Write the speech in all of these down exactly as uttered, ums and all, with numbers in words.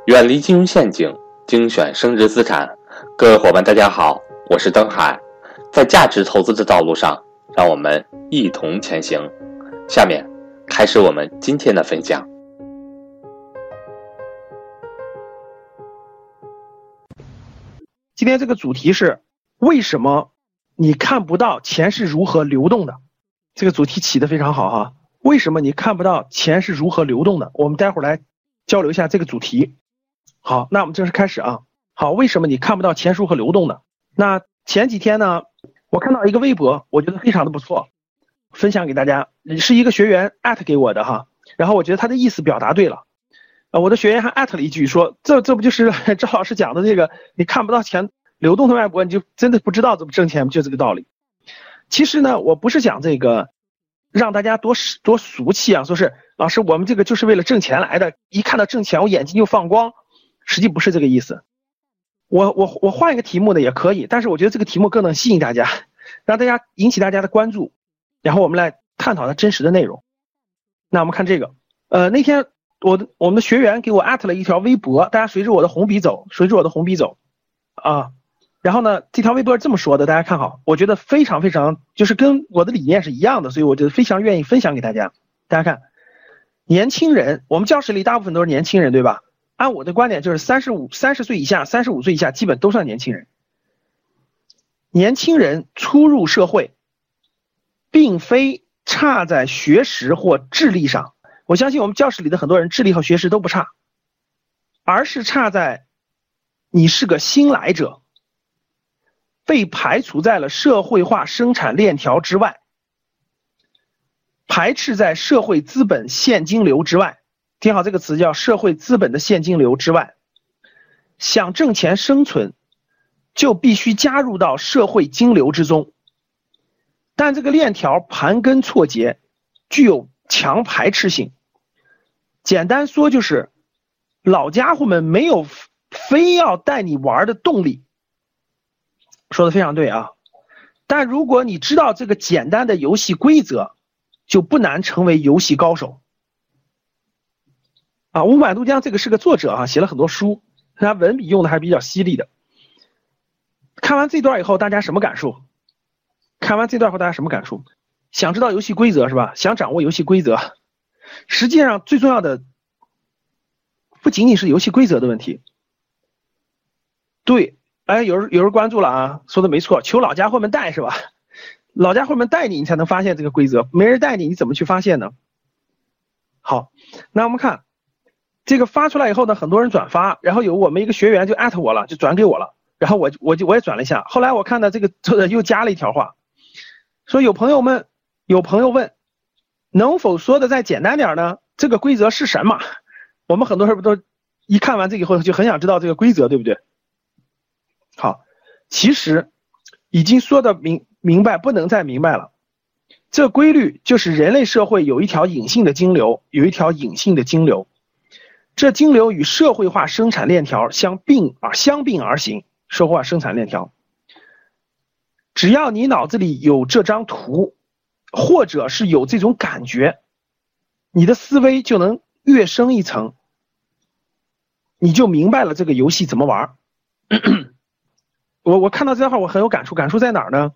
远离金融陷阱，精选升值资产。各位伙伴大家好，我是登海。在价值投资的道路上，让我们一同前行。下面开始我们今天的分享。 今天这个主题是为什么你看不到钱是如何流动的。这个主题起得非常好哈，为什么你看不到钱是如何流动的？我们待会儿来交流一下这个主题。好，那我们正式开始啊。好，为什么你看不到钱是如何流动的？那前几天呢，我看到一个微博，我觉得非常的不错，分享给大家，是一个学员艾特给我的哈，然后我觉得他的意思表达对了。呃，我的学员还艾特了一句说，这这不就是赵老师讲的这个，你看不到钱流动的脉搏，你就真的不知道怎么挣钱，就这个道理。其实呢，我不是讲这个让大家多多俗气啊，说是老师我们这个就是为了挣钱来的，一看到挣钱我眼睛就放光，实际不是这个意思。我我我换一个题目呢也可以，但是我觉得这个题目更能吸引大家，让大家引起大家的关注，然后我们来探讨它真实的内容。那我们看这个，呃，那天我的我们的学员给我艾特了一条微博，大家随着我的红笔走，随着我的红笔走啊。然后呢，这条微博是这么说的，大家看好，我觉得非常非常，就是跟我的理念是一样的，所以我觉得非常愿意分享给大家。大家看，年轻人，我们教室里大部分都是年轻人，对吧？按我的观点，就是三十五、三十岁以下、三十五岁以下，基本都算年轻人。年轻人初入社会，并非差在学识或智力上，我相信我们教室里的很多人智力和学识都不差，而是差在你是个新来者，被排除在了社会化生产链条之外，排斥在社会资本现金流之外。听好这个词，叫社会资本的现金流之外。想挣钱生存，就必须加入到社会金流之中，但这个链条盘根错节，具有强排斥性。简单说就是老家伙们没有非要带你玩的动力。说的非常对啊，但如果你知道这个简单的游戏规则，就不难成为游戏高手啊。吴满都江这个是个作者啊，写了很多书，他文笔用的还是比较犀利的。看完这段以后大家什么感受？看完这段后大家什么感受？想知道游戏规则是吧？想掌握游戏规则，实际上最重要的不仅仅是游戏规则的问题。对，哎，有人有人关注了啊，说的没错，求老家伙们带是吧？老家伙们带你，你才能发现这个规则，没人带你，你怎么去发现呢？好，那我们看这个发出来以后呢，很多人转发，然后有我们一个学员就艾特我了，就转给我了，然后我我就我也转了一下，后来我看到这个又加了一条话，说有朋友们有朋友问，能否说的再简单点呢？这个规则是什么？我们很多人不都一看完这个以后就很想知道这个规则，对不对？好，其实已经说的明明白，不能再明白了。这规律就是人类社会有一条隐性的金流，有一条隐性的金流，这金流与社会化生产链条相并而相并而行。社会化生产链条，只要你脑子里有这张图，或者是有这种感觉，你的思维就能跃升一层，你就明白了这个游戏怎么玩。我我看到这段话我很有感触，感触在哪儿呢？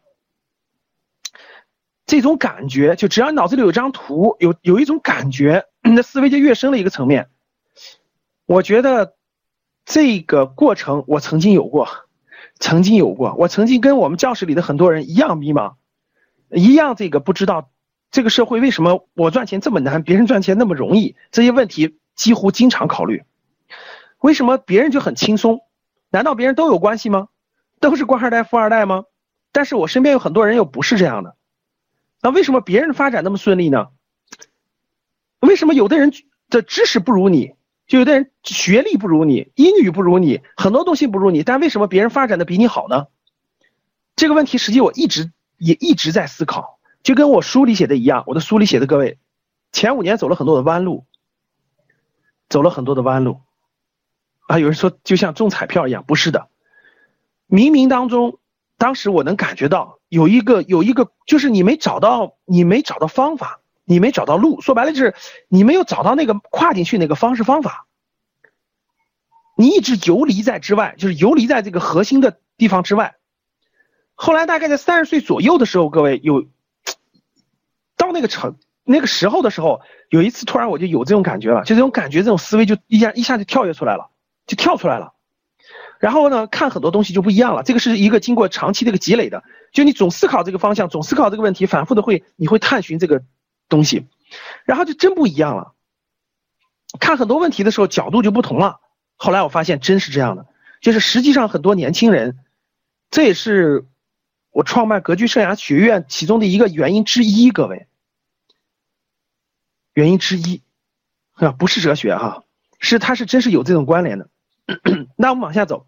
这种感觉，就只要你脑子里有张图，有有一种感觉，你的思维就跃升了一个层面。我觉得这个过程我曾经有过，曾经有过，我曾经跟我们教室里的很多人一样迷茫，一样这个不知道这个社会为什么我赚钱这么难，别人赚钱那么容易，这些问题几乎经常考虑。为什么别人就很轻松？难道别人都有关系吗？都是官二代富二代吗？但是我身边有很多人又不是这样的。那为什么别人发展那么顺利呢？为什么有的人的知识不如你，就有的人学历不如你，英语不如你，很多东西不如你，但为什么别人发展的比你好呢？这个问题实际我一直也一直在思考，就跟我书里写的一样，我的书里写的，各位前五年走了很多的弯路，走了很多的弯路啊。有人说就像中彩票一样，不是的，冥冥当中当时我能感觉到有一个有一个就是你没找到你没找到方法，你没找到路，说白了就是你没有找到那个跨进去那个方式方法。 你一直游离在之外，就是游离在这个核心的地方之外。后来大概在三十岁左右的时候，各位有到那个程那个时候的时候，有一次突然我就有这种感觉了，就这种感觉，这种思维就一下一下就跳跃出来了，就跳出来了。然后呢，看很多东西就不一样了。这个是一个经过长期这个积累的，就你总思考这个方向，总思考这个问题，反复的会，你会探寻这个东西，然后就真不一样了。看很多问题的时候，角度就不同了。后来我发现真是这样的，就是实际上很多年轻人，这也是我创办格局生涯学院其中的一个原因之一，各位，原因之一啊，不是哲学哈，是它是真是有这种关联的。那我们往下走。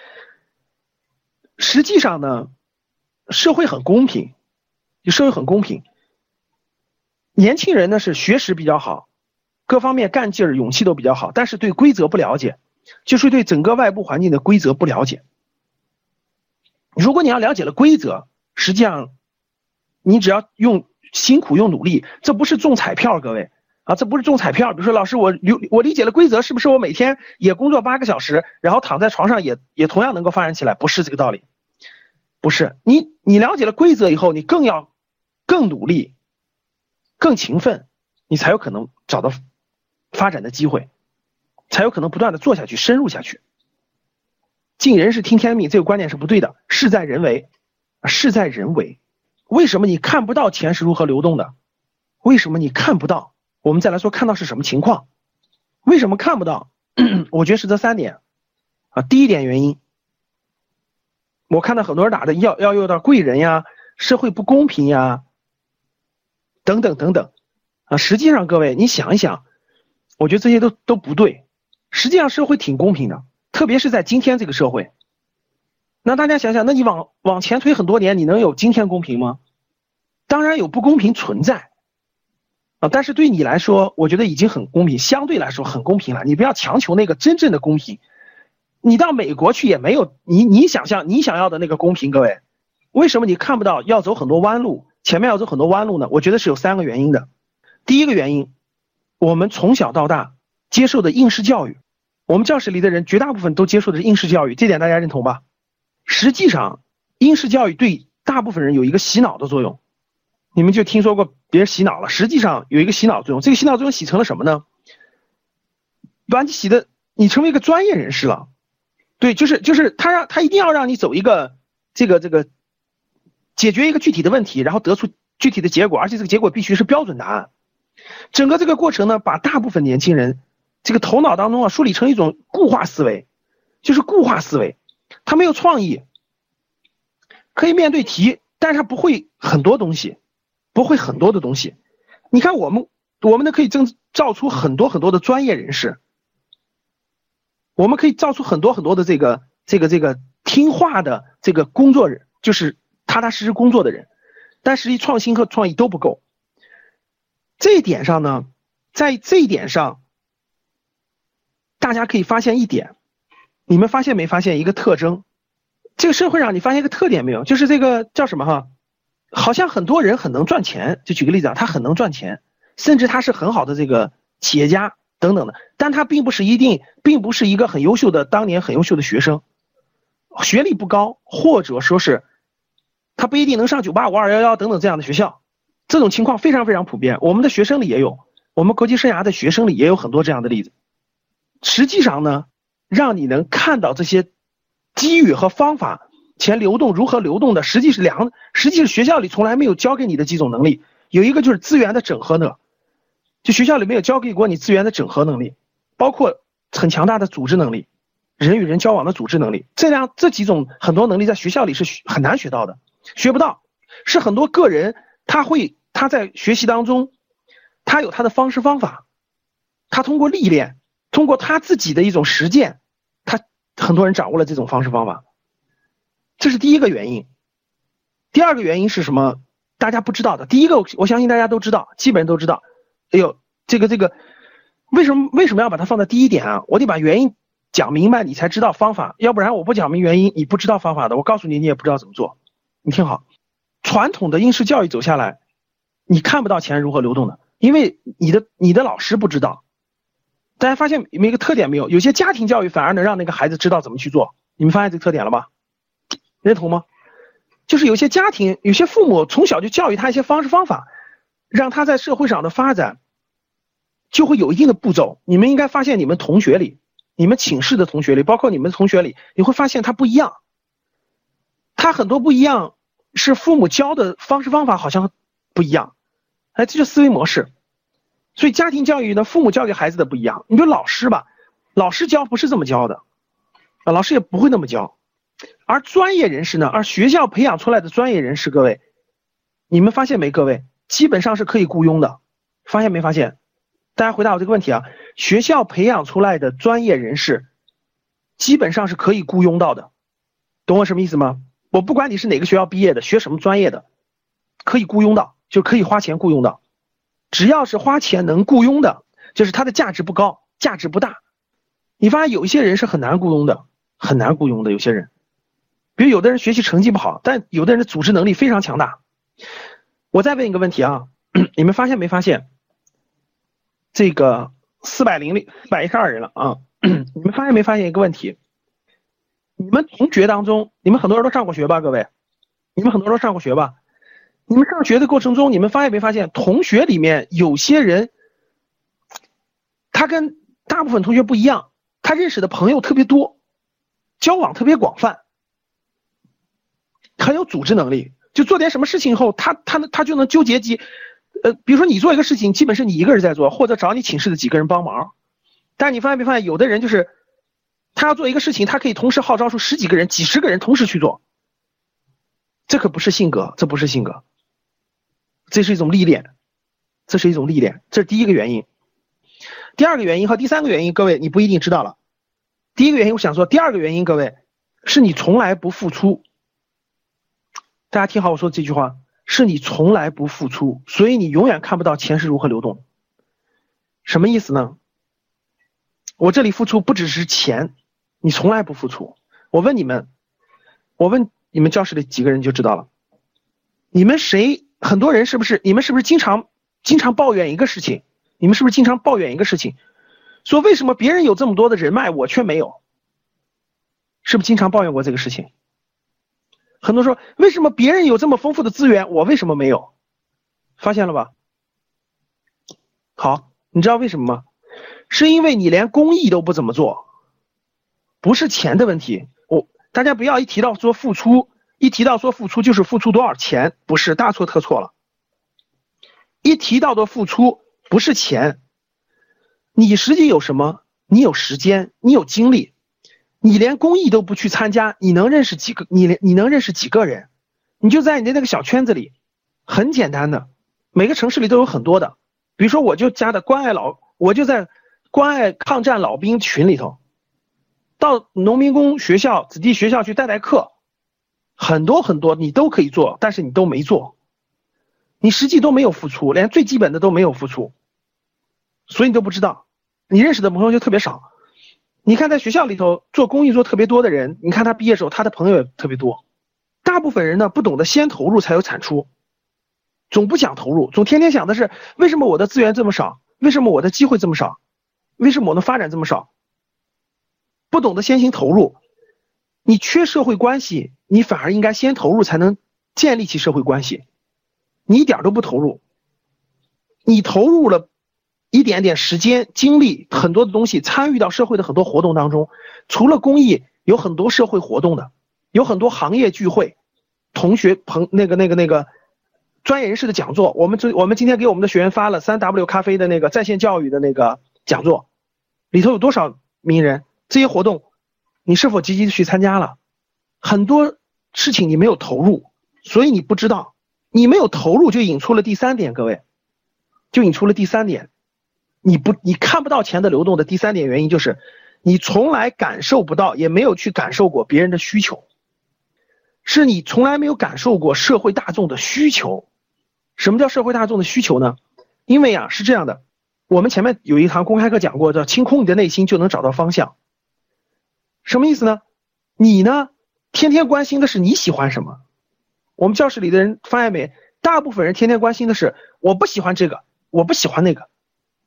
实际上呢，社会很公平，就社会很公平。年轻人呢是学识比较好，各方面干劲儿、勇气都比较好，但是对规则不了解，就是对整个外部环境的规则不了解。如果你要了解了规则，实际上你只要用辛苦用努力，这不是中彩票，各位啊，这不是中彩票。比如说老师，我我理解了规则，是不是我每天也工作八个小时，然后躺在床上也也同样能够发展起来？不是这个道理，不是。你你了解了规则以后，你更要更努力、更勤奋，你才有可能找到发展的机会，才有可能不断的做下去、深入下去。尽人事听天命，这个观念是不对的，事在人为，事在人为。为什么你看不到钱是如何流动的？为什么你看不到？我们再来说看到是什么情况？为什么看不到？我觉得是这三点啊。第一点原因，我看到很多人打的要要用到贵人呀、社会不公平呀等等等等啊。实际上各位你想一想，我觉得这些都都不对。实际上社会挺公平的，特别是在今天这个社会。那大家想想，那你往往前推很多年，你能有今天公平吗？当然有不公平存在啊，但是对你来说，我觉得已经很公平，相对来说很公平了。你不要强求那个真正的公平，你到美国去也没有你你想象你想要的那个公平。各位，为什么你看不到要走很多弯路，前面要走很多弯路呢？我觉得是有三个原因的。第一个原因，我们从小到大接受的应试教育，我们教室里的人绝大部分都接受的是应试教育，这点大家认同吧？实际上应试教育对大部分人有一个洗脑的作用，你们就听说过别人洗脑了，实际上有一个洗脑作用。这个洗脑作用洗成了什么呢？把你洗的你成为一个专业人士了。对，就是就是他让他一定要让你走一个这个这个解决一个具体的问题，然后得出具体的结果，而且这个结果必须是标准答案。整个这个过程呢，把大部分年轻人这个头脑当中啊梳理成一种固化思维，就是固化思维。他没有创意，可以面对题，但是他不会很多东西，不会很多的东西。你看我们，我们呢可以增造出很多很多的专业人士，我们可以造出很多很多的这个这个这个听话的这个工作人，就是踏踏实实工作的人，但实际创新和创意都不够。这一点上呢，在这一点上，大家可以发现一点。你们发现没发现一个特征？这个社会上你发现一个特点没有？就是这个叫什么哈？好像很多人很能赚钱，就举个例子啊，他很能赚钱，甚至他是很好的这个企业家等等的，但他并不是一定，并不是一个很优秀的当年很优秀的学生，学历不高，或者说是他不一定能上九八五二一一等等这样的学校，这种情况非常非常普遍。我们的学生里也有，我们国际生涯的学生里也有很多这样的例子。实际上呢，让你能看到这些机遇和方法，钱流动如何流动的，实际是两，实际是学校里从来没有教给你的几种能力。有一个就是资源的整合呢，就学校里没有教给过你资源的整合能力，包括很强大的组织能力，人与人交往的组织能力，这样这几种很多能力在学校里是很难学到的，学不到，是很多个人他会他在学习当中，他有他的方式方法，他通过历练，通过他自己的一种实践，他很多人掌握了这种方式方法，这是第一个原因。第二个原因是什么？大家不知道的。第一个我相信大家都知道，基本上都知道。哎呦，这个这个为什么为什么要把它放在第一点啊？我得把原因讲明白，你才知道方法，要不然我不讲明原因，你不知道方法的，我告诉你，你也不知道怎么做。你听好，传统的应试教育走下来，你看不到钱如何流动的，因为你的你的老师不知道， 大家发现有没有一个特点没有？有些家庭教育反而能让那个孩子知道怎么去做，你们发现这个特点了吗？认同吗？就是有些家庭，有些父母从小就教育他一些方式方法，让他在社会上的发展就会有一定的步骤。你们应该发现你们同学里，你们寝室的同学里，包括你们同学里，你会发现他不一样，他很多不一样是父母教的方式方法好像不一样，哎，这就是思维模式。所以家庭教育呢，父母教给孩子的不一样。你比如老师吧，老师教不是这么教的，啊，老师也不会那么教。而专业人士呢，而学校培养出来的专业人士，各位，你们发现没？各位，基本上是可以雇佣的，发现没发现？大家回答我这个问题啊，学校培养出来的专业人士，基本上是可以雇佣到的，懂我什么意思吗？我不管你是哪个学校毕业的，学什么专业的，可以雇佣到，就可以花钱雇佣到。只要是花钱能雇佣的，就是它的价值不高，价值不大。你发现有一些人是很难雇佣的，很难雇佣的。有些人，比如有的人学习成绩不好，但有的人的组织能力非常强大。我再问一个问题啊，你们发现没发现？这个四百零四百一十二人了啊，你们发现没发现一个问题？你们同学当中，你们很多人都上过学吧？各位，你们很多人都上过学吧？你们上学的过程中，你们发现没发现，同学里面有些人，他跟大部分同学不一样，他认识的朋友特别多，交往特别广泛，很有组织能力，就做点什么事情以后，他他他就能纠结几，呃，比如说你做一个事情，基本是你一个人在做，或者找你寝室的几个人帮忙。但你发现没发现，有的人就是他要做一个事情，他可以同时号召出十几个人、几十个人同时去做，这可不是性格，这不是性格。这是一种历练，这是一种历练，这是第一个原因。第二个原因和第三个原因，各位你不一定知道了。第一个原因我想说，第二个原因，各位是你从来不付出。大家听好我说这句话，是你从来不付出，所以你永远看不到钱是如何流动。什么意思呢？我这里付出不只是钱，你从来不付出。我问你们，我问你们教室里几个人就知道了。你们谁？很多人是不是你们是不是经常经常抱怨一个事情？你们是不是经常抱怨一个事情，说为什么别人有这么多的人脉我却没有？是不是经常抱怨过这个事情？很多说为什么别人有这么丰富的资源我为什么没有？发现了吧？好，你知道为什么吗？是因为你连公益都不怎么做，不是钱的问题。我大家不要一提到说付出，一提到说付出就是付出多少钱，不是，大错特错了。一提到的付出不是钱，你实际有什么？你有时间，你有精力，你连公益都不去参加，你能认识几个？你你能认识几个人？你就在你的那个小圈子里，很简单的，每个城市里都有很多的。比如说我就加的关爱老，我就在关爱抗战老兵群里头，到农民工学校、子弟学校去带带课。很多很多你都可以做，但是你都没做，你实际都没有付出，连最基本的都没有付出，所以你都不知道，你认识的朋友就特别少。你看在学校里头做公益做特别多的人，你看他毕业时候他的朋友也特别多。大部分人呢不懂得先投入才有产出，总不想投入，总天天想的是为什么我的资源这么少，为什么我的机会这么少，为什么我的发展这么少，不懂得先行投入。你缺社会关系，你反而应该先投入才能建立起社会关系，你一点都不投入，你投入了一点点时间精力很多的东西，参与到社会的很多活动当中，除了公益有很多社会活动的，有很多行业聚会，同学朋那个那个那个专业人士的讲座，我们这我们今天给我们的学员发了 三 W 咖啡的那个在线教育的那个讲座，里头有多少名人，这些活动你是否积极的去参加了？很多事情你没有投入，所以你不知道，你没有投入就引出了第三点，各位，就引出了第三点，你不你看不到钱的流动的第三点原因就是你从来感受不到，也没有去感受过别人的需求，是你从来没有感受过社会大众的需求。什么叫社会大众的需求呢？因为啊是这样的，我们前面有一堂公开课讲过，叫清空你的内心就能找到方向。什么意思呢？你呢天天关心的是你喜欢什么。我们教室里的人发现没，大部分人天天关心的是我不喜欢这个，我不喜欢那个，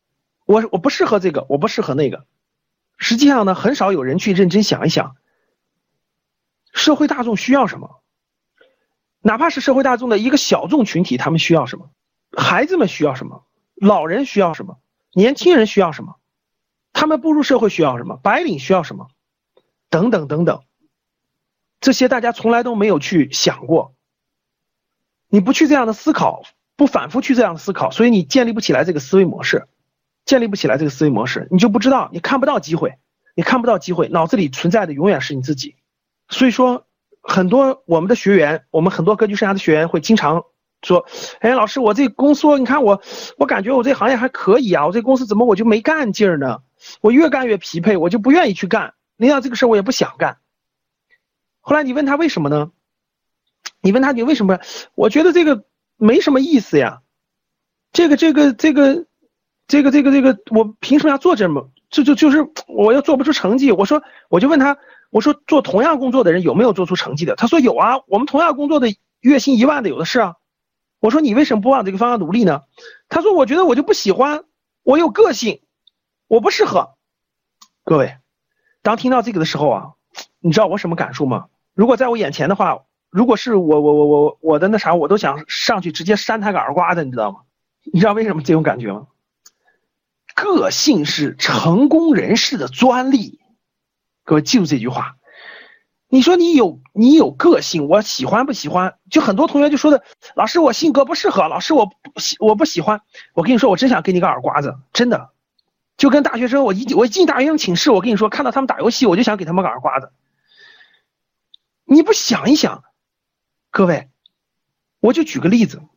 我我不适合这个，我不适合那个。实际上呢，很少有人去认真想一想，社会大众需要什么，哪怕是社会大众的一个小众群体，他们需要什么，孩子们需要什么，老人需要什么，年轻人需要什么，他们步入社会需要什么，白领需要什么，等等等等，这些大家从来都没有去想过。你不去这样的思考，不反复去这样的思考，所以你建立不起来这个思维模式，建立不起来这个思维模式，你就不知道，你看不到机会，你看不到机会，脑子里存在的永远是你自己。所以说很多我们的学员，我们很多格局生涯的学员会经常说，哎，老师，我这公司，你看我，我感觉我这行业还可以啊，我这公司怎么我就没干劲儿呢？我越干越疲惫，我就不愿意去干，领导这个事我也不想干。后来你问他为什么呢？你问他你为什么？我觉得这个没什么意思呀，这个这个这个这个这个这个我凭什么要做这么？这就就是我又做不出成绩。我说我就问他，我说做同样工作的人有没有做出成绩的？他说有啊，我们同样工作的月薪一万的有的是啊。我说你为什么不往这个方向努力呢？他说我觉得我就不喜欢，我有个性，我不适合。各位，当听到这个的时候啊，你知道我什么感受吗？如果在我眼前的话，如果是我我我我我的那啥，我都想上去直接扇他个耳刮子，你知道吗？你知道为什么这种感觉吗？个性是成功人士的专利。各位记住这句话。你说你有你有个性，我喜欢不喜欢？就很多同学就说的，老师我性格不适合，老师我不喜我不喜欢。我跟你说，我真想给你个耳刮子，真的。就跟大学生，我一我一进大学生寝室，我跟你说，看到他们打游戏，我就想给他们个耳刮子。你不想一想，各位，我就举个例子，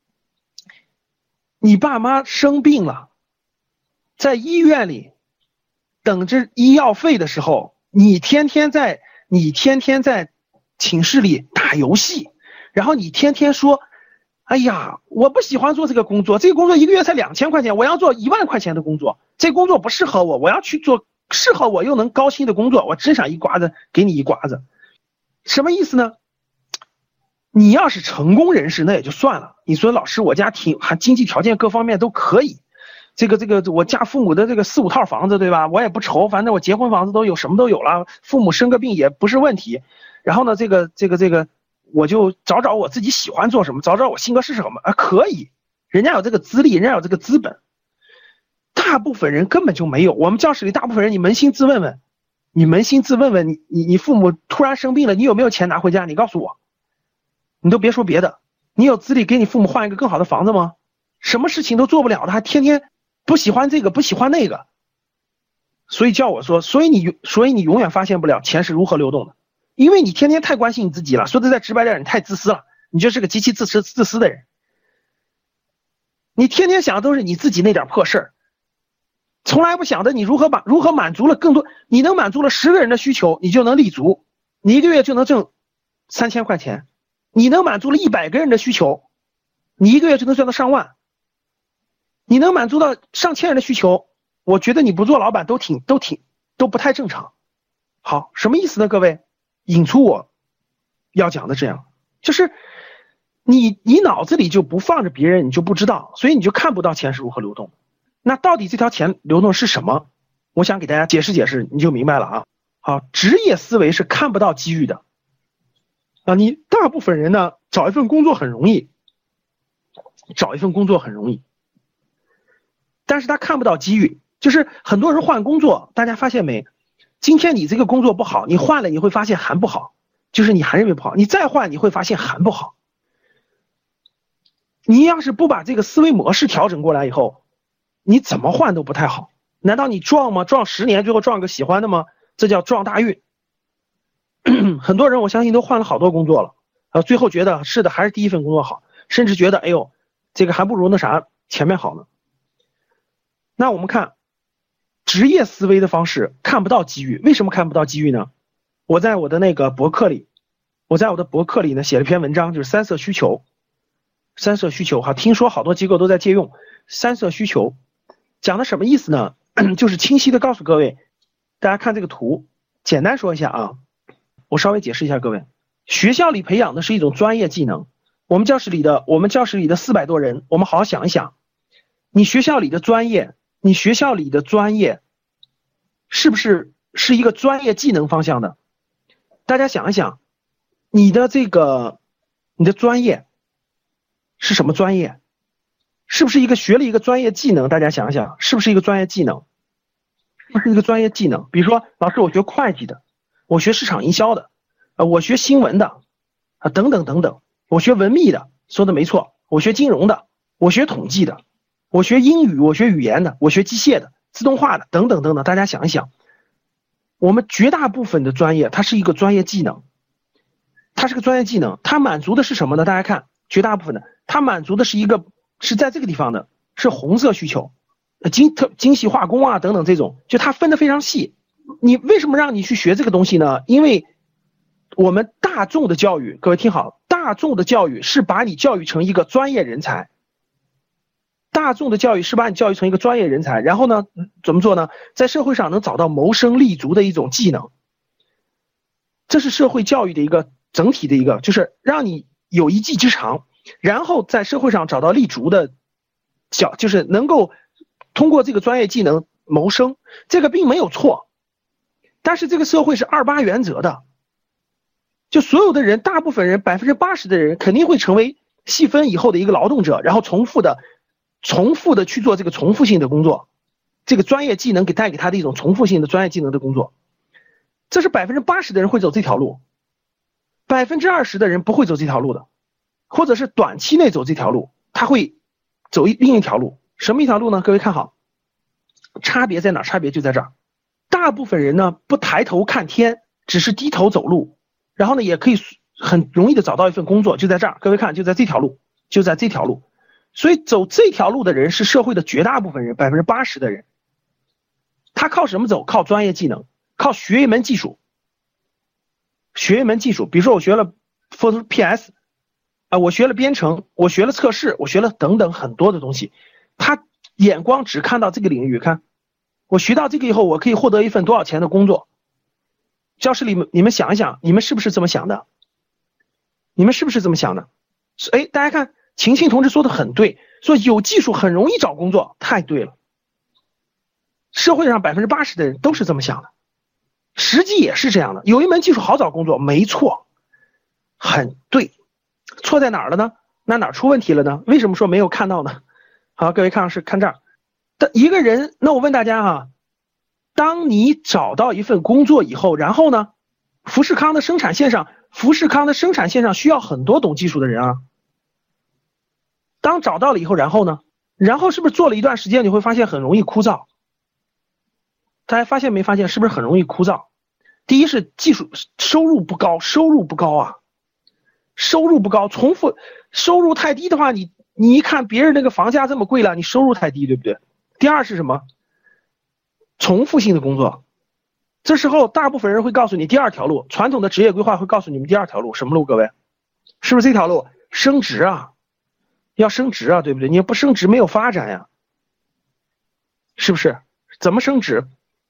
你爸妈生病了，在医院里等着医药费的时候，你天天在你天天在寝室里打游戏，然后你天天说，哎呀，我不喜欢做这个工作，这个工作一个月才两千块钱，我要做一万块钱的工作，这工作不适合我，我要去做适合我又能高薪的工作，我真想一刮子给你一刮子。什么意思呢？你要是成功人士那也就算了，你说老师我家挺还经济条件各方面都可以，这个这个我家父母的这个四五套房子对吧，我也不愁，反正我结婚房子都有，什么都有了，父母生个病也不是问题。然后呢这个这个这个我就找找我自己喜欢做什么，找找我性格是什么啊，可以，人家有这个资历，人家有这个资本。大部分人根本就没有，我们教室里大部分人，你扪心自问问，你扪心自问问，你你你父母突然生病了，你有没有钱拿回家？你告诉我，你都别说别的，你有资历给你父母换一个更好的房子吗？什么事情都做不了的，还天天不喜欢这个不喜欢那个。所以叫我说，所以你所以你永远发现不了钱是如何流动的，因为你天天太关心你自己了，说的再直白点，你太自私了，你就是个极其自私自私的人，你天天想的都是你自己那点破事儿，从来不想着你如何把如何满足了更多，你能满足了十个人的需求，你就能立足，你一个月就能挣三千块钱，你能满足了一百个人的需求，你一个月就能赚到上万，你能满足到上千人的需求，我觉得你不做老板都挺都挺都不太正常。好，什么意思呢？各位，引出我要讲的这样，就是你你脑子里就不放着别人，你就不知道，所以你就看不到钱是如何流动。那到底这条钱流动是什么？我想给大家解释解释，你就明白了啊。好，职业思维是看不到机遇的啊。你大部分人呢，找一份工作很容易，找一份工作很容易，但是他看不到机遇。就是很多人换工作，大家发现没？今天你这个工作不好，你换了你会发现还不好，就是你还认为不好，你再换你会发现还不好。你要是不把这个思维模式调整过来以后，你怎么换都不太好。难道你撞吗？撞十年最后撞个喜欢的吗？这叫撞大运。很多人我相信都换了好多工作了，呃，最后觉得是的还是第一份工作好，甚至觉得哎呦这个还不如那啥前面好呢。那我们看职业思维的方式看不到机遇，为什么看不到机遇呢？我在我的那个博客里，我在我的博客里呢写了篇文章，就是三色需求。三色需求哈，听说好多机构都在借用三色需求，讲的什么意思呢？就是清晰的告诉各位，大家看这个图，简单说一下啊，我稍微解释一下各位。学校里培养的是一种专业技能，我们教室里的我们教室里的四百多人，我们好好想一想，你学校里的专业你学校里的专业是不是是一个专业技能方向的？大家想一想，你的这个你的专业是什么专业？是不是一个学了一个专业技能？大家想一想，是不是一个专业技能？是不是一个专业技能？比如说，老师，我学会计的，我学市场营销的，呃，我学新闻的，啊，等等等等，我学文秘的，说的没错，我学金融的，我学统计的，我学英语，我学语言的，我学机械的，自动化的，等等等等。大家想一想，我们绝大部分的专业，它是一个专业技能，它是个专业技能，它满足的是什么呢？大家看，绝大部分的，它满足的是一个是在这个地方的，是红色需求。精特精细化工啊等等这种，就它分得非常细。你为什么让你去学这个东西呢？因为我们大众的教育，各位听好，大众的教育是把你教育成一个专业人才。大众的教育是把你教育成一个专业人才，然后呢，怎么做呢？在社会上能找到谋生立足的一种技能。这是社会教育的一个整体的一个，就是让你有一技之长，然后在社会上找到立足的教，就是能够通过这个专业技能谋生，这个并没有错。但是这个社会是二八原则的，就所有的人，大部分人，百分之八十的人肯定会成为细分以后的一个劳动者，然后重复的、重复的去做这个重复性的工作，这个专业技能给带给他的一种重复性的专业技能的工作，这是百分之八十的人会走这条路，百分之二十的人不会走这条路的，或者是短期内走这条路，他会走另一条路。什么一条路呢？各位看好，差别在哪？差别就在这儿。大部分人呢不抬头看天，只是低头走路，然后呢也可以很容易的找到一份工作，就在这儿。各位看，就在这条路，就在这条路。所以走这条路的人是社会的绝大部分人，百分之八十的人。他靠什么走？靠专业技能，靠学一门技术。学一门技术，比如说我学了 P S 啊、呃，我学了编程，我学了测试，我学了等等很多的东西。他眼光只看到这个领域，看我学到这个以后，我可以获得一份多少钱的工作。教室里你们想一想，你们是不是这么想的？你们是不是这么想的？哎，大家看，晴晴同志说的很对，说有技术很容易找工作，太对了。社会上百分之八十的人都是这么想的，实际也是这样的。有一门技术好找工作，没错，很对。错在哪儿了呢？那哪儿出问题了呢？为什么说没有看到呢？好，各位看是看这儿，一个人，那我问大家哈，当你找到一份工作以后，然后呢，富士康的生产线上，富士康的生产线上需要很多懂技术的人啊。当找到了以后，然后呢，然后是不是做了一段时间，你会发现很容易枯燥？大家发现没发现，是不是很容易枯燥？第一是技术收入不高，收入不高啊，收入不高，重复收入太低的话，你你一看别人那个房价这么贵了，你收入太低，对不对？第二是什么？重复性的工作。这时候大部分人会告诉你第二条路，传统的职业规划会告诉你们第二条路，什么路？各位，是不是这条路？升职啊，要升职啊，对不对？你不升职没有发展呀，是不是？怎么升职？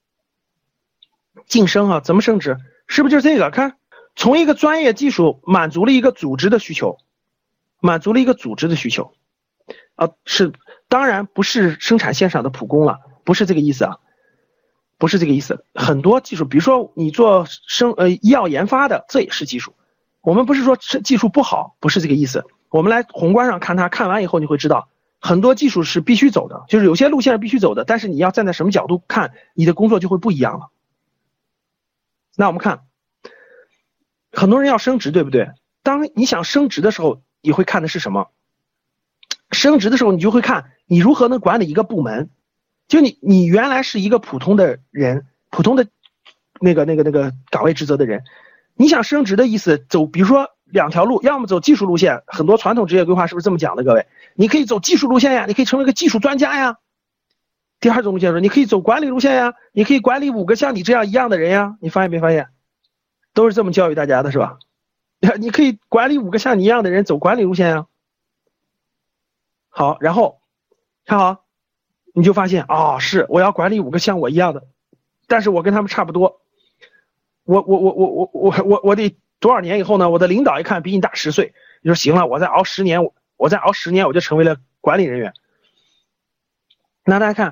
晋升啊，怎么升职？是不是就是这个？看，从一个专业技术满足了一个组织的需求，满足了一个组织的需求啊，是当然不是生产线上的普工了，不是这个意思啊，不是这个意思。很多技术，比如说你做生呃医药研发的，这也是技术。我们不是说技术不好，不是这个意思。我们来宏观上看它，看完以后你会知道，很多技术是必须走的，就是有些路线是必须走的，但是你要站在什么角度看，你的工作就会不一样了。那我们看，很多人要升职，对不对？当你想升职的时候，你会看的是什么？升职的时候，你就会看你如何能管理一个部门。就你，你原来是一个普通的人，普通的那个、那个、那个岗位职责的人，你想升职的意思，走，比如说两条路，要么走技术路线，很多传统职业规划是不是这么讲的？各位，你可以走技术路线呀，你可以成为一个技术专家呀。第二种路线说，你可以走管理路线呀，你可以管理五个像你这样一样的人呀。你发现没发现？都是这么教育大家的，是吧？你可以管理五个像你一样的人，走管理路线呀。好，然后看好，你就发现啊、哦，是我要管理五个像我一样的，但是我跟他们差不多。我我我我我我我我得多少年以后呢？我的领导一看比你大十岁，你说行了，我再熬十年，我我再熬十年，我就成为了管理人员。那大家看。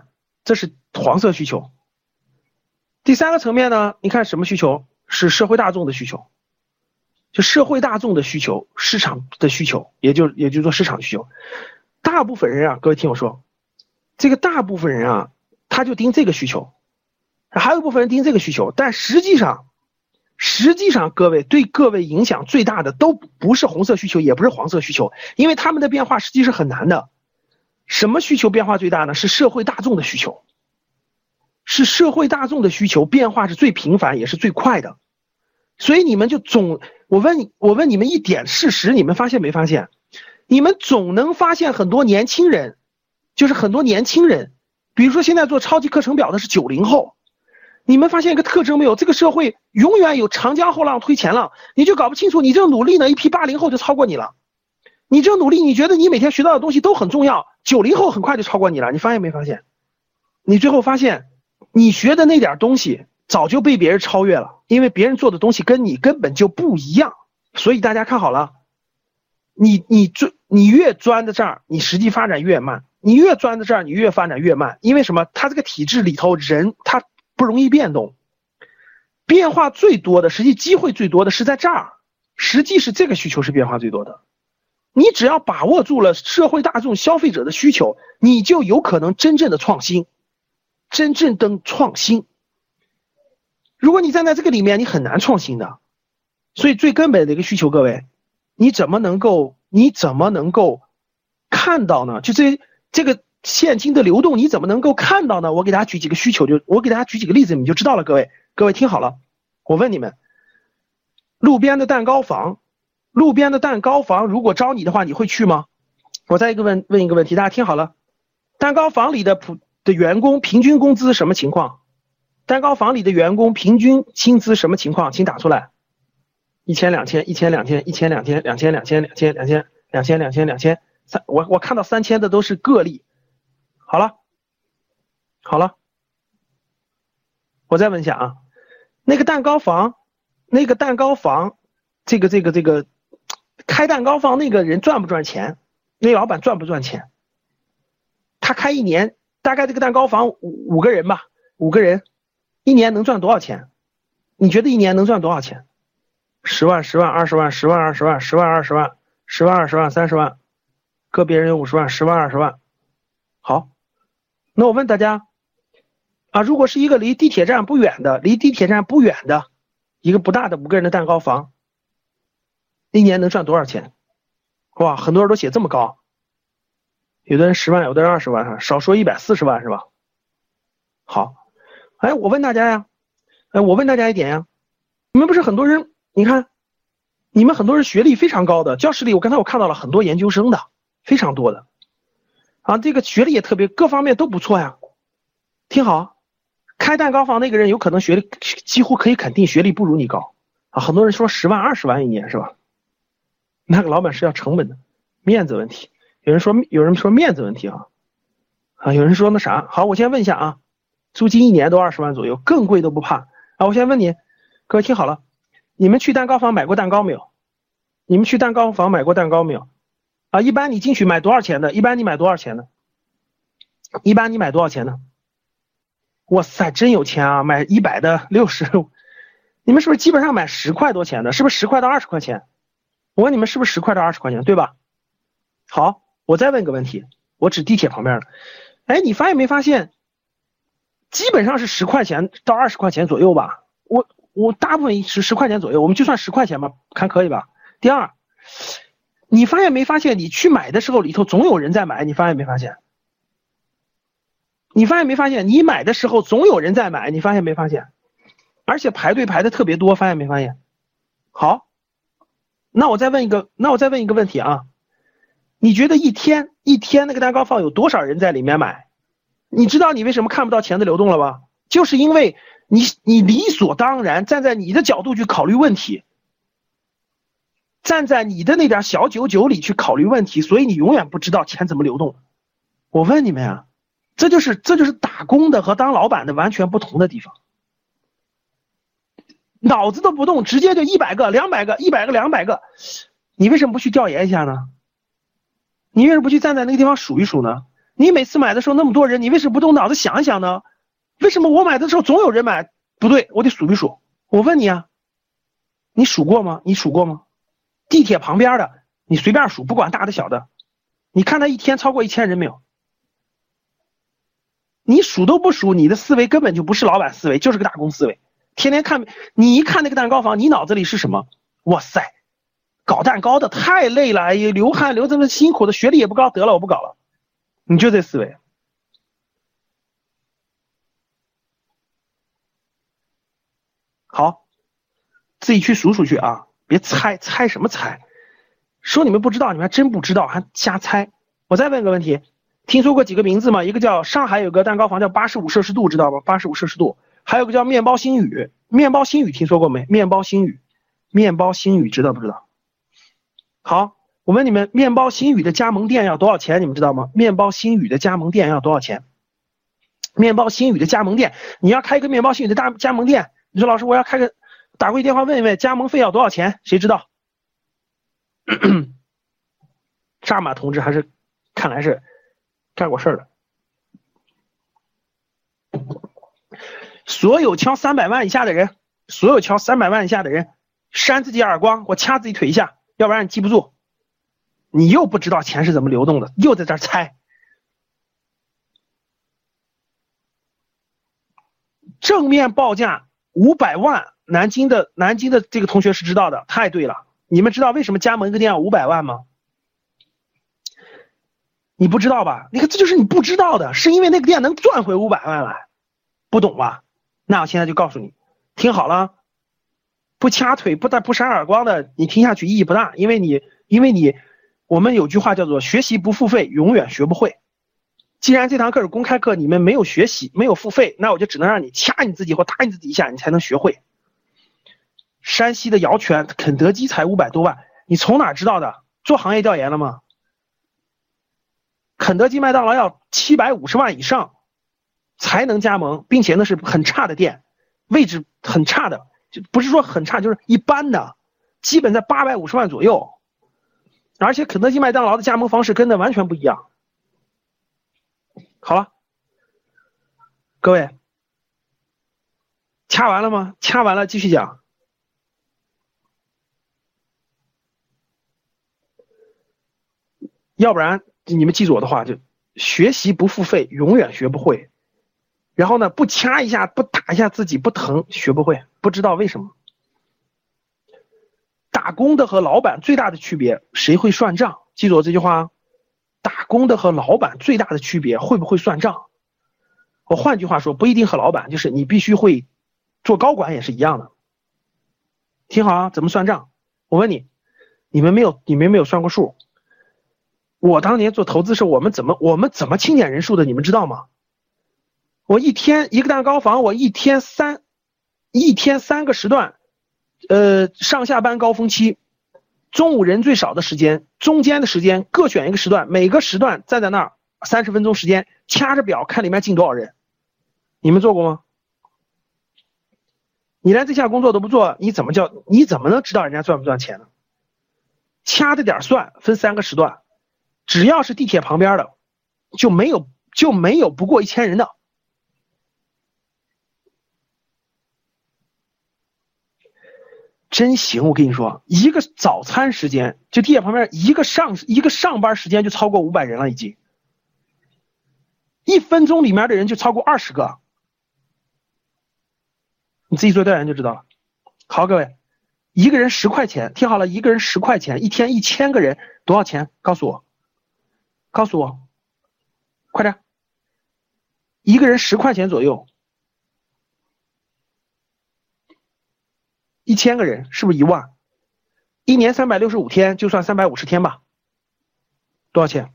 这是黄色需求。第三个层面呢，你看什么需求？是社会大众的需求，就社会大众的需求，市场的需求，也就也就是说市场需求。大部分人啊，各位听我说，这个大部分人啊，他就盯这个需求，还有一部分人盯这个需求，但实际上，实际上各位对各位影响最大的都不是红色需求，也不是黄色需求，因为他们的变化实际是很难的。什么需求变化最大呢？是社会大众的需求。是社会大众的需求变化是最频繁也是最快的，所以你们就总，我问我问你们一点事实，你们发现没发现？你们总能发现很多年轻人，就是很多年轻人，比如说现在做超级课程表的是九零后，你们发现一个特征没有？这个社会永远有长江后浪推前浪，你就搞不清楚，你这种努力呢，一批八零后就超过你了。你这种努力，你觉得你每天学到的东西都很重要，九零后很快就超过你了，你发现没发现？你最后发现。你学的那点东西早就被别人超越了，因为别人做的东西跟你根本就不一样。所以大家看好了，你你钻你越钻在这儿，你实际发展越慢；你越钻在这儿，你越发展越慢。因为什么？他这个体制里头人他不容易变动，变化最多的，实际机会最多的是在这儿，实际是这个需求是变化最多的。你只要把握住了社会大众消费者的需求，你就有可能真正的创新。真正的创新，如果你站在这个里面，你很难创新的。所以最根本的一个需求，各位，你怎么能够，你怎么能够看到呢？就这这个现金的流动，你怎么能够看到呢？我给大家举几个需求，就我给大家举几个例子，你就知道了。各位，各位听好了，我问你们，路边的蛋糕房，路边的蛋糕房，如果招你的话，你会去吗？我再一个问问一个问题，大家听好了，蛋糕房里的普的员工平均工资什么情况？蛋糕房里的员工平均薪资什么情况？请打出来。一千、两千、一千、两千、一千、两千、两千、两千、两千、两千、两千、两千、两千、三，我我看到三千的都是个例。好了，好了，我再问一下啊，那个蛋糕房，那个蛋糕房，这个这个这个开蛋糕房那个人赚不赚钱？那老板赚不赚钱？他开一年。大概这个蛋糕房五五个人吧，五个人，一年能赚多少钱？你觉得一年能赚多少钱？十万、十万、二十万、十万、二十万、十万、二十万、十万、二十万、三十万，个别人有五十万、十万、二十万。好，那我问大家啊，如果是一个离地铁站不远的，离地铁站不远的一个不大的五个人的蛋糕房，一年能赚多少钱？哇，很多人都写这么高。有的人十万，有的人二十万，少说一百四十万是吧？好，哎，我问大家呀，哎，我问大家一点呀，你们不是很多人，你看，你们很多人学历非常高的，教室里我刚才我看到了很多研究生的，非常多的，啊，这个学历也特别，各方面都不错呀。听好，开蛋糕房那个人有可能学历几乎可以肯定学历不如你高啊，很多人说十万、二十万一年是吧？那个老板是要成本的，面子问题。有人说有人说面子问题啊，啊，有人说那啥，好，我先问一下啊，租金一年都二十万左右，更贵都不怕啊。我先问你，各位听好了，你们去蛋糕房买过蛋糕没有？你们去蛋糕房买过蛋糕没有？啊，一般你进去买多少钱的？一般你买多少钱的？一般你买多少钱的？哇塞，真有钱啊，买一百的、六十，你们是不是基本上买十块多钱的？是不是十块到二十块钱？我问你们是不是十块到二十块钱，对吧？好。我再问个问题，我指地铁旁边的，哎，你发现没发现，基本上是十块钱到二十块钱左右吧？我我大部分是十块钱左右，我们就算十块钱吧，看可以吧？第二，你发现没发现，你去买的时候里头总有人在买，你发现没发现？你发现没发现，你买的时候总有人在买，你发现没发现？而且排队排的特别多，发现没发现？好，那我再问一个，那我再问一个问题啊。你觉得一天一天那个蛋糕房有多少人在里面买？你知道你为什么看不到钱的流动了吧？就是因为你你理所当然站在你的角度去考虑问题，站在你的那点小九九里去考虑问题，所以你永远不知道钱怎么流动。我问你们呀，这就是这就是打工的和当老板的完全不同的地方。脑子都不动，直接就一百个、两百个、一百个、两百个，你为什么不去调研一下呢？你为什么不去站在那个地方数一数呢？ 你每次买的时候那么多人，你为什么不动脑子想一想呢？为什么我买的时候总有人买？不对，我得数一数。我问你啊，你数过吗？你数过吗？地铁旁边的，你随便数，不管大的小的，你看他一天超过一千人没有？你数都不数，你的思维根本就不是老板思维，就是个打工思维。天天看，你一看那个蛋糕房，你脑子里是什么？哇塞，搞蛋糕的太累了，哎呀，流汗流这么辛苦的，学历也不高，得了，我不搞了。你就这思维。好，自己去数数去啊，别猜，猜什么猜？说你们不知道，你们还真不知道，还瞎猜。我再问个问题，听说过几个名字吗？一个叫上海有个蛋糕房叫八十五摄氏度，知道吗？八十五摄氏度。还有个叫面包星宇，面包星宇听说过没？面包星宇，面包星宇知道不知道？好，我问你们，面包星宇的加盟店要多少钱？你们知道吗？面包星宇的加盟店要多少钱？面包星宇的加盟店，你要开一个面包星宇的大加盟店，你说老师我要开个，打过去电话问一问加盟费要多少钱？谁知道？扎马同志还是看来是干过事的。所有敲三百万以下的人，所有敲三百万以下的人，扇自己耳光，我掐自己腿一下，要不然你记不住。你又不知道钱是怎么流动的，又在这儿猜。正面报价五百万，南京的南京的这个同学是知道的，太对了。你们知道为什么加盟一个店要五百万吗？你不知道吧？你看这就是你不知道的，是因为那个店能赚回五百万来，不懂吧？那我现在就告诉你，听好了，不掐腿不但不扇耳光的，你听下去意义不大，因为你因为你我们有句话叫做学习不付费永远学不会。既然这堂课是公开课，你们没有学习没有付费，那我就只能让你掐你自己或打你自己一下，你才能学会。山西的姚泉肯德基才五百多万，你从哪知道的？做行业调研了吗？肯德基麦当劳要七百五十万以上才能加盟，并且那是很差的店，位置很差的，就不是说很差，就是一般的，基本在八百五十万左右。而且肯德基麦当劳的加盟方式跟的完全不一样。好了，各位掐完了吗？掐完了继续讲。要不然你们记住我的话，就学习不付费永远学不会。然后呢，不掐一下不打一下自己不疼，学不会，不知道为什么。打工的和老板最大的区别，谁会算账？记住我这句话，打工的和老板最大的区别，会不会算账？我换句话说，不一定和老板，就是你必须会做高管也是一样的。听好啊，怎么算账？我问你，你们没有你们没有算过数？我当年做投资时，我们怎么我们怎么清点人数的？你们知道吗？我一天一个蛋糕房，我一天三一天三个时段，呃，上下班高峰期，中午人最少的时间，中间的时间各选一个时段，每个时段站在那儿三十分钟时间，掐着表看里面进多少人。你们做过吗？你连这项工作都不做，你怎么叫你怎么能知道人家赚不赚钱呢？掐着点算，分三个时段，只要是地铁旁边的，就没有就没有不过一千人的。真行，我跟你说，一个早餐时间，就地铁旁边一个上一个上班时间就超过五百人了，已经。一分钟里面的人就超过二十个，你自己做调研就知道了。好，各位，一个人十块钱，听好了，一个人十块钱，一天一千个人多少钱？告诉我，告诉我，快点，一个人十块钱左右。一千个人是不是一万？一年三百六十五天，就算三百五十天吧。多少钱？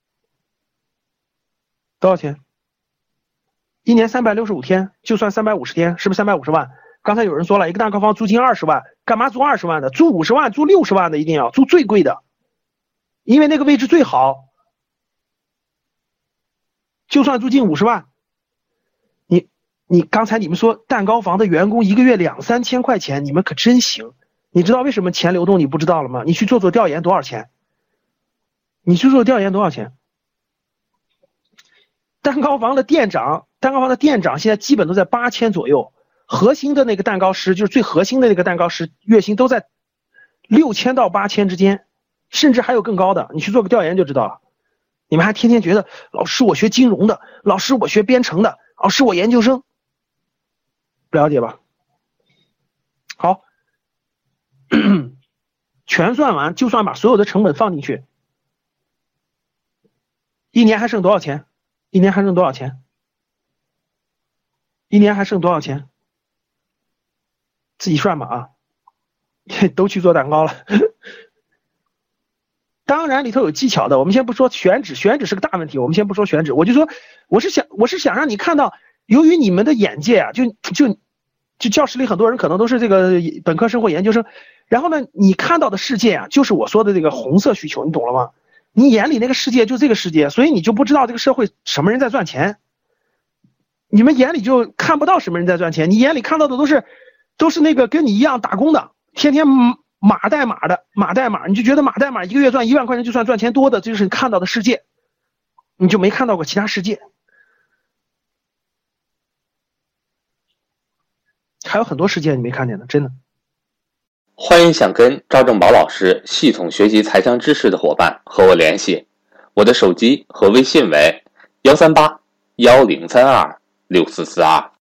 多少钱？一年三百六十五天，就算三百五十天，是不是三百五十万？刚才有人说了，一个蛋糕房租金二十万，干嘛租二十万的？租五十万、租六十万的一定要租最贵的，因为那个位置最好。就算租金五十万。你刚才你们说蛋糕房的员工一个月两三千块钱，你们可真行。你知道为什么钱流动你不知道了吗？你去做做调研多少钱？你去做调研多少钱？ 蛋糕房的店长，蛋糕房的店长现在基本都在八千左右，核心的那个蛋糕师，就是最核心的那个蛋糕师，月薪都在六千到八千之间，甚至还有更高的，你去做个调研就知道了。你们还天天觉得老师我学金融的，老师我学编程的，老师我研究生，不了解吧？好，全算完，就算把所有的成本放进去，一年还剩多少钱？一年还剩多少钱？一年还剩多少钱？自己算吧啊，都去做蛋糕了。当然里头有技巧的，我们先不说选址，选址是个大问题，我们先不说选址，我就说我是想我是想让你看到，由于你们的眼界啊，就就就教室里很多人可能都是这个本科生或研究生，然后呢，你看到的世界啊，就是我说的这个红色需求，你懂了吗？你眼里那个世界就这个世界，所以你就不知道这个社会什么人在赚钱，你们眼里就看不到什么人在赚钱，你眼里看到的都是都是那个跟你一样打工的，天天码代码的码代码，你就觉得码代码一个月赚一万块钱就算赚钱多的，这就是你看到的世界，你就没看到过其他世界。还有很多世界你没看见的，真的。 欢迎想跟赵正宝老师系统学习财商知识的伙伴和我联系，我的手机和微信为幺三八幺零三二六四四二。